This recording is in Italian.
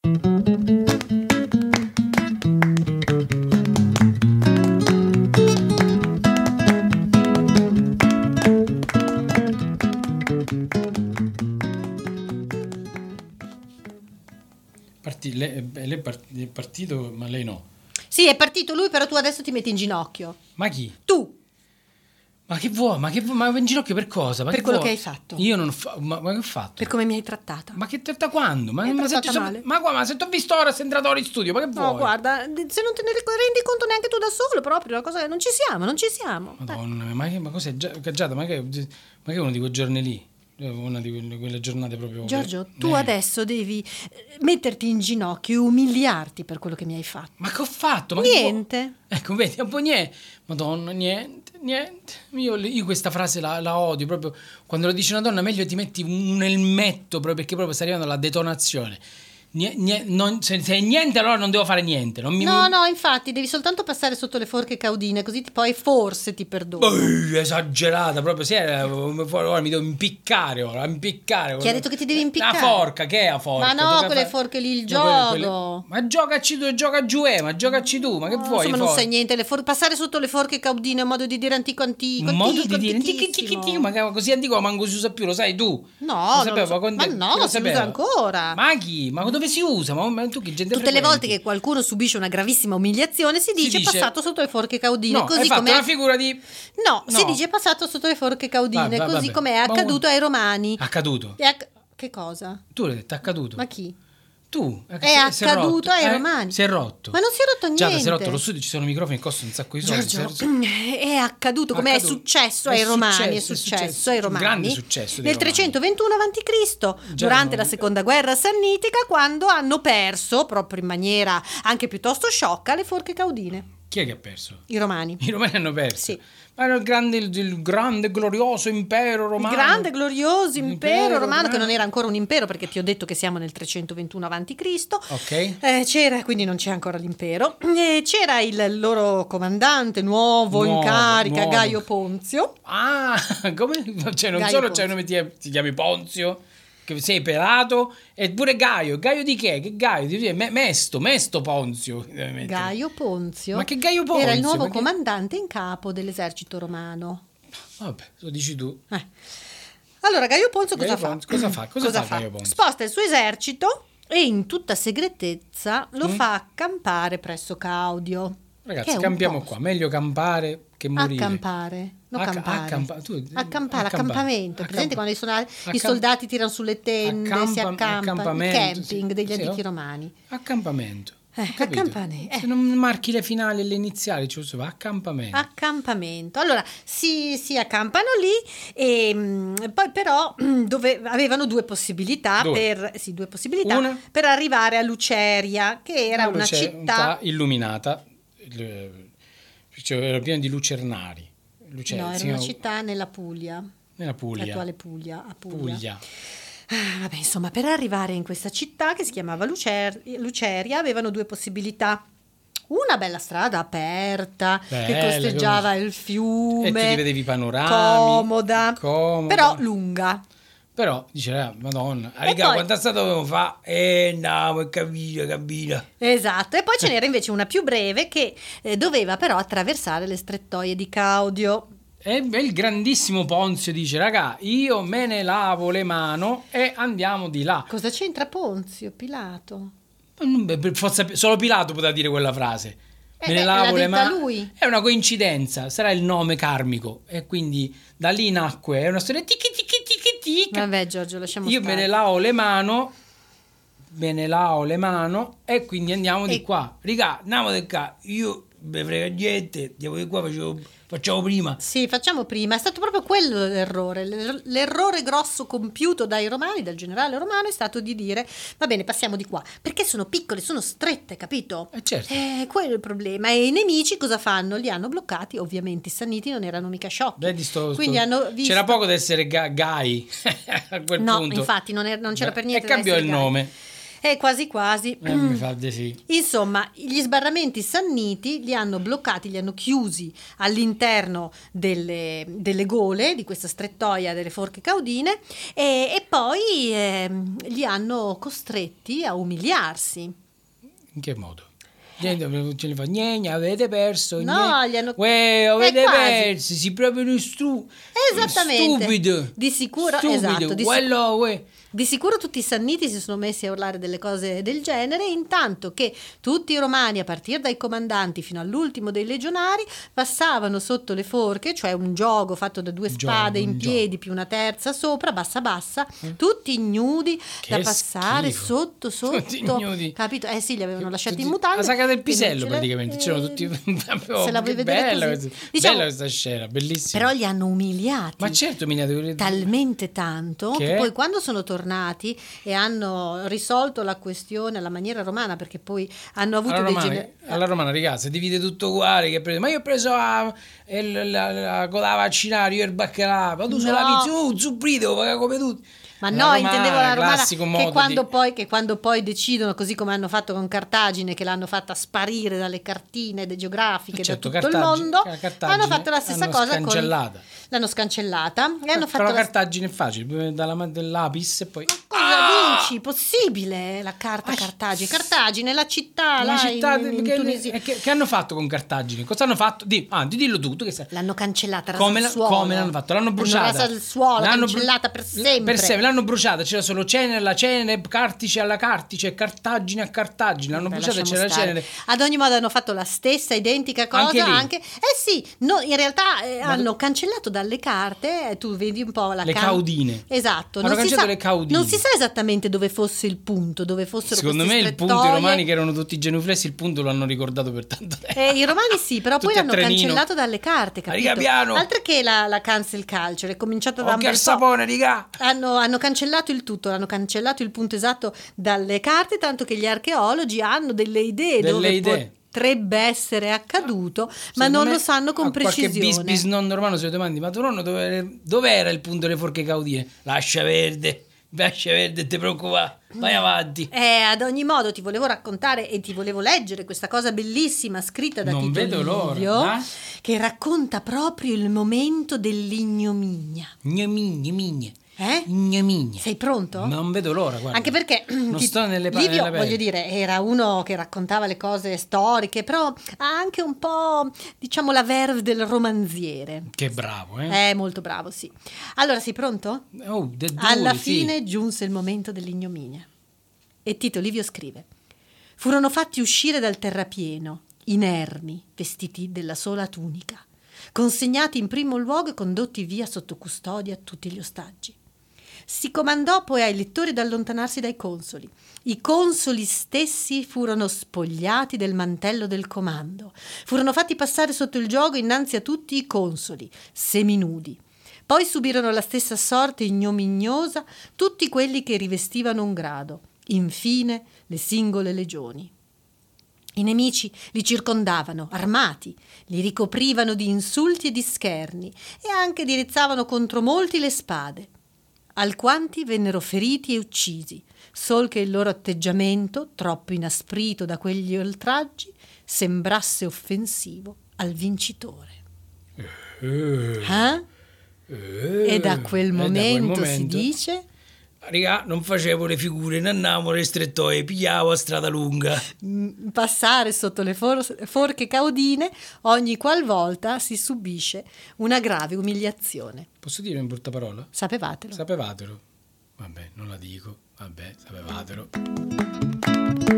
È partito, ma lei no. Sì, è partito lui, però tu adesso ti metti in ginocchio. Ma chi? Tu. Ma che vuoi? Ma in ginocchio per cosa? Ma Per che quello vuoi? che hai fatto. Io non ho fatto. Ma che ho fatto? Per come mi hai trattata. Ma che tratta quando? Mi hai trattata male. Ma se ti ho visto ora sei entrato ora in studio, ma che vuoi? No, guarda, se non te ne rendi conto neanche tu da solo, proprio una cosa che non ci siamo. Madonna, ma cos'è Giada? Ma che è uno di quei giorni lì? Una di quelle giornate proprio. Giorgio, tu adesso devi metterti in ginocchio e umiliarti per quello che mi hai fatto. Ma che ho fatto? Ma niente. Ecco, vedi, un po' niente. Madonna, niente. Io questa frase la odio proprio. Quando lo dice una donna, meglio ti metti un elmetto proprio, perché proprio sta arrivando la detonazione. Se è niente, allora non devo fare niente. No, infatti devi soltanto passare sotto le forche caudine, così poi forse ti perdono. Esagerata proprio. Ora mi devo impiccare. Chi ha detto che ti devi impiccare? La forca, che è la forca? Ma no, quelle forche lì, il gioco. Ma giocaci tu, gioca giù, ma giocaci tu. Ma che vuoi? Insomma, non sai niente. Passare sotto le forche caudine è un modo di dire antico. Un modo di dire antichissimo. Ma così antico, manco si usa più, lo sai tu? No, si usa ancora. Ma chi? Ma dove si usa? Ma tu che gente Tutte le volte che qualcuno subisce una gravissima umiliazione si dice passato sotto le forche caudine. No, così hai fatto come una figura di... No, si dice passato sotto le forche caudine, così come è accaduto ai Romani. Accaduto? Che cosa? Tu l'hai detto, accaduto. Ma chi? Tu. È accaduto ai Romani. Si è rotto. Ma non si è rotto niente. Già, si è rotto lo studio, ci sono microfoni che costano un sacco di soldi. Giorgio, è accaduto come è successo ai Romani. È successo ai Romani. Grande successo nel 321 a.C., durante la seconda guerra sannitica, quando hanno perso, proprio in maniera anche piuttosto sciocca, le forche caudine. Chi è che ha perso? I Romani. I Romani hanno perso? Sì. Ma era il grande glorioso impero romano. Il grande glorioso impero romano, che non era ancora un impero, perché ti ho detto che siamo nel 321 a.C. Ok. C'era, quindi non c'è ancora l'impero. C'era il loro comandante nuovo in carica, Gaio Ponzio. Ah, come? Cioè, non Gaio solo c'è il nome, ti chiami Ponzio, che sei pelato, e pure Gaio di che? Che Gaio? Mesto Ponzio. Gaio Ponzio. Ma che Gaio Ponzio? Era il nuovo comandante in capo dell'esercito romano. Vabbè, lo dici tu. Allora, Gaio Ponzio cosa fa? Cosa fa Gaio Ponzio? Sposta il suo esercito e in tutta segretezza lo fa accampare presso Caudio. Ragazzi, campiamo qua. Meglio campare che morire. Accampare. Accampamento. Presente quando i soldati tirano sulle tende, si accampano. Il camping degli antichi romani. Accampamento. Accampamento. Se non marchi le finali e le iniziali, ci va accampamento. Allora si accampano lì e poi però avevano due possibilità per arrivare a Luceria, che era una città illuminata, era piena di lucernari. No, era una città nella Puglia. L'attuale Puglia. Vabbè, insomma, per arrivare in questa città che si chiamava Luceria avevano due possibilità. Una bella strada aperta che costeggiava il fiume, e tu ti vedevi i panorami, comoda, però lunga. Però dice, Madonna, raga, quanta strada dovevo fare? No, cammina. Esatto, e poi ce n'era invece una più breve che doveva però attraversare le strettoie di Caudio. E il grandissimo Ponzio dice, raga, io me ne lavo le mani e andiamo di là. Cosa c'entra Ponzio? Pilato? Forse solo Pilato poteva dire quella frase. Me ne lavo le mani. Lui. È una coincidenza, sarà il nome karmico. E quindi da lì nacque, è una storia tica. Vabbè, Giorgio, lasciamo stare. Io me ne lavo le mani e quindi andiamo di qua. Raga, andiamo di qua. Io me frega niente, andiamo di qua, facciamo prima. Sì, facciamo prima. È stato proprio quello l'errore. L'errore grosso compiuto dai romani, dal generale romano, è stato di dire, va bene, passiamo di qua. Perché sono piccole, sono strette, capito? Certo. Quello è il problema. E i nemici cosa fanno? Li hanno bloccati. Ovviamente i sanniti non erano mica sciocchi. Quindi hanno visto... C'era poco da essere Gai a quel punto. No, infatti non c'era per niente e cambiò il nome. Quasi quasi. Mi fa di sì. Insomma, gli sbarramenti sanniti li hanno bloccati, li hanno chiusi all'interno delle gole di questa strettoia delle forche caudine e poi li hanno costretti a umiliarsi. In che modo? Ce li fa, avete perso, no, gli hanno... avete perso, si proprio esattamente, stupido, di sicuro, esatto, di sicuro tutti i sanniti si sono messi a urlare delle cose del genere, intanto che tutti i romani, a partire dai comandanti fino all'ultimo dei legionari, passavano sotto le forche, cioè un giogo fatto da due spade in piedi più una terza sopra, bassa, tutti ignudi, da passare sotto, tutti ignudi. Capito? Sì, li avevano lasciati in mutande. La saga del pisello praticamente, c'erano tutti se la vuoi vedere così. Bella questa scena, bellissima. Però li hanno umiliati. Ma certo, talmente tanto che poi quando sono tornati e hanno risolto la questione alla maniera romana, perché poi hanno avuto alla romana, ragazzi, si divide tutto uguale, ma io ho preso la vaccinare, io il baccalà, ma tu solo zubrido, come tutti. Ma no, intendevo la romana che quando poi decidono, così come hanno fatto con Cartagine, che l'hanno fatta sparire dalle cartine geografiche da tutto il mondo, hanno fatto la stessa cosa l'hanno scancellata e hanno fatto però Cartagine è facile, dall'Apis e poi cosa dici? Possibile la carta Cartagine, la città in Tunisia. Che hanno fatto con Cartagine? Cosa hanno fatto? Dillo tu che sai. L'hanno cancellata, come l'hanno fatto? L'hanno bruciata, rasa del suolo, cancellata per sempre. L'hanno bruciata, c'era solo Cenere alla Cenere, Cartice alla Cartice, Cartagine a Cartagine, l'hanno bruciata e c'era la Cenere. Ad ogni modo hanno fatto la stessa identica cosa anche sì, no, in realtà hanno cancellato dalle carte, tu vedi un po' le caudine. Esatto, hanno cancellato le caudine. Non si sa esattamente dove fosse il punto, dove fossero secondo me il punto, i romani che erano tutti genuflessi, il punto lo hanno ricordato per tanto tempo. I romani sì, però poi l'hanno cancellato dalle carte, capito? Altre che la cancel culture è cominciato da occhio al sapone, riga. Hanno cancellato il tutto, hanno cancellato il punto esatto dalle carte, tanto che gli archeologi hanno delle idee potrebbe essere accaduto, ma non lo sanno con precisione. Qualche bis non romano se lo domandi, ma tuo nonno dove era il punto delle forche caudine? Lascia verde, ti preoccupare, vai avanti. Ad ogni modo ti volevo raccontare e ti volevo leggere questa cosa bellissima scritta da Tito Livio, che racconta proprio il momento dell'ignominia. Ignominia. Sei pronto? Non vedo l'ora, guarda. Anche perché non sto nelle Livio, voglio dire, era uno che raccontava le cose storiche, però ha anche un po', diciamo, la verve del romanziere. Che bravo, molto bravo, sì. Allora, sei pronto? Alla fine giunse il momento dell'ignominia. E Tito Livio scrive: furono fatti uscire dal terrapieno, inermi, vestiti della sola tunica, consegnati in primo luogo e condotti via sotto custodia tutti gli ostaggi. Si comandò poi ai lettori di allontanarsi dai consoli. I consoli stessi furono spogliati del mantello del comando. Furono fatti passare sotto il giogo innanzi a tutti i consoli, seminudi. Poi subirono la stessa sorte ignominiosa tutti quelli che rivestivano un grado. Infine le singole legioni. I nemici li circondavano, armati, li ricoprivano di insulti e di scherni e anche dirizzavano contro molti le spade. Alquanti vennero feriti e uccisi, sol che il loro atteggiamento, troppo inasprito da quegli oltraggi, sembrasse offensivo al vincitore. E da quel momento si dice... Raga, non facevo le figure, non andavo alle strettoie, pigliavo a strada lunga. Passare sotto le forche caudine ogni qualvolta si subisce una grave umiliazione. Posso dire una brutta parola? Sapevatelo. Vabbè, non la dico. Vabbè, sapevatelo.